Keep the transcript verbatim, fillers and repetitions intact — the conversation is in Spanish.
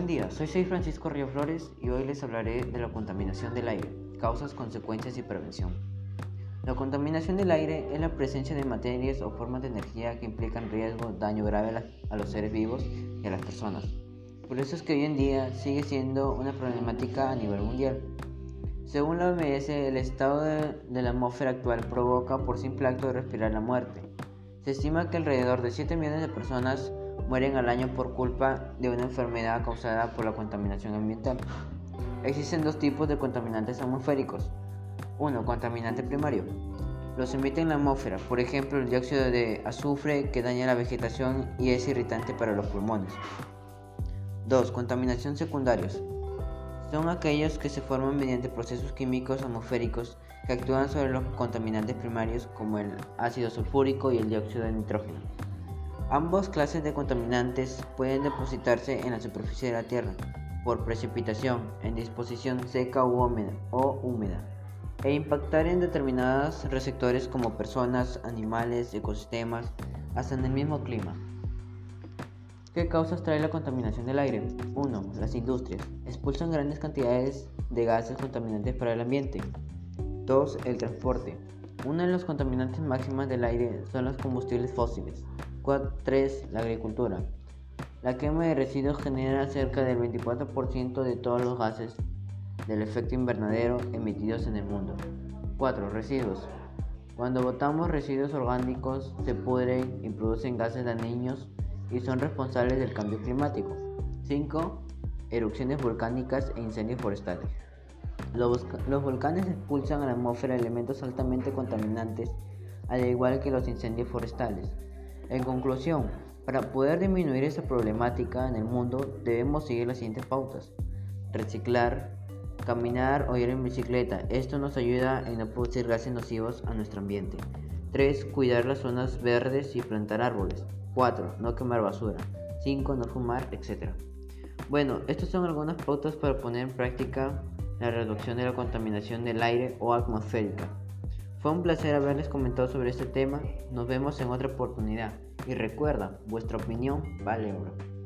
día, soy Soy Francisco Río Flores y hoy les hablaré de la contaminación del aire, causas, consecuencias y prevención. La contaminación del aire es la presencia de materias o formas de energía que implican riesgo, daño grave a, la, a los seres vivos y a las personas. Por eso es que hoy en día sigue siendo una problemática a nivel mundial. Según la O M S, el estado de, de la atmósfera actual provoca por simple acto de respirar la muerte. Se estima que alrededor de siete millones de personas mueren al año por culpa de una enfermedad causada por la contaminación ambiental. Existen dos tipos de contaminantes atmosféricos. uno. Contaminante primario. Los emite en la atmósfera, por ejemplo el dióxido de azufre que daña la vegetación y es irritante para los pulmones. dos. Contaminación secundarios. Son aquellos que se forman mediante procesos químicos atmosféricos que actúan sobre los contaminantes primarios como el ácido sulfúrico y el dióxido de nitrógeno. Ambas clases de contaminantes pueden depositarse en la superficie de la Tierra por precipitación en disposición seca u húmeda, o húmeda e impactar en determinados receptores como personas, animales, ecosistemas, hasta en el mismo clima. ¿Qué causas trae la contaminación del aire? uno. Las industrias expulsan grandes cantidades de gases contaminantes para el ambiente. dos. El transporte. Una de las contaminantes máximas del aire son los combustibles fósiles. tres. La agricultura. La quema de residuos genera cerca del veinticuatro por ciento de todos los gases del efecto invernadero emitidos en el mundo. cuatro. Residuos. Cuando botamos residuos orgánicos se pudren y producen gases dañinos y son responsables del cambio climático. cinco. Erupciones volcánicas e incendios forestales. Los, los volcanes expulsan a la atmósfera elementos altamente contaminantes, al igual que los incendios forestales. En conclusión, para poder disminuir esta problemática en el mundo debemos seguir las siguientes pautas: reciclar, caminar o ir en bicicleta. Esto nos ayuda en no producir gases nocivos a nuestro ambiente. tres. Cuidar las zonas verdes y plantar árboles. cuatro. No quemar basura. cinco. No fumar, etcétera. Bueno, estas son algunas pautas para poner en práctica la reducción de la contaminación del aire o atmosférica. Fue un placer haberles comentado sobre este tema. Nos vemos en otra oportunidad. Y recuerda, vuestra opinión vale oro.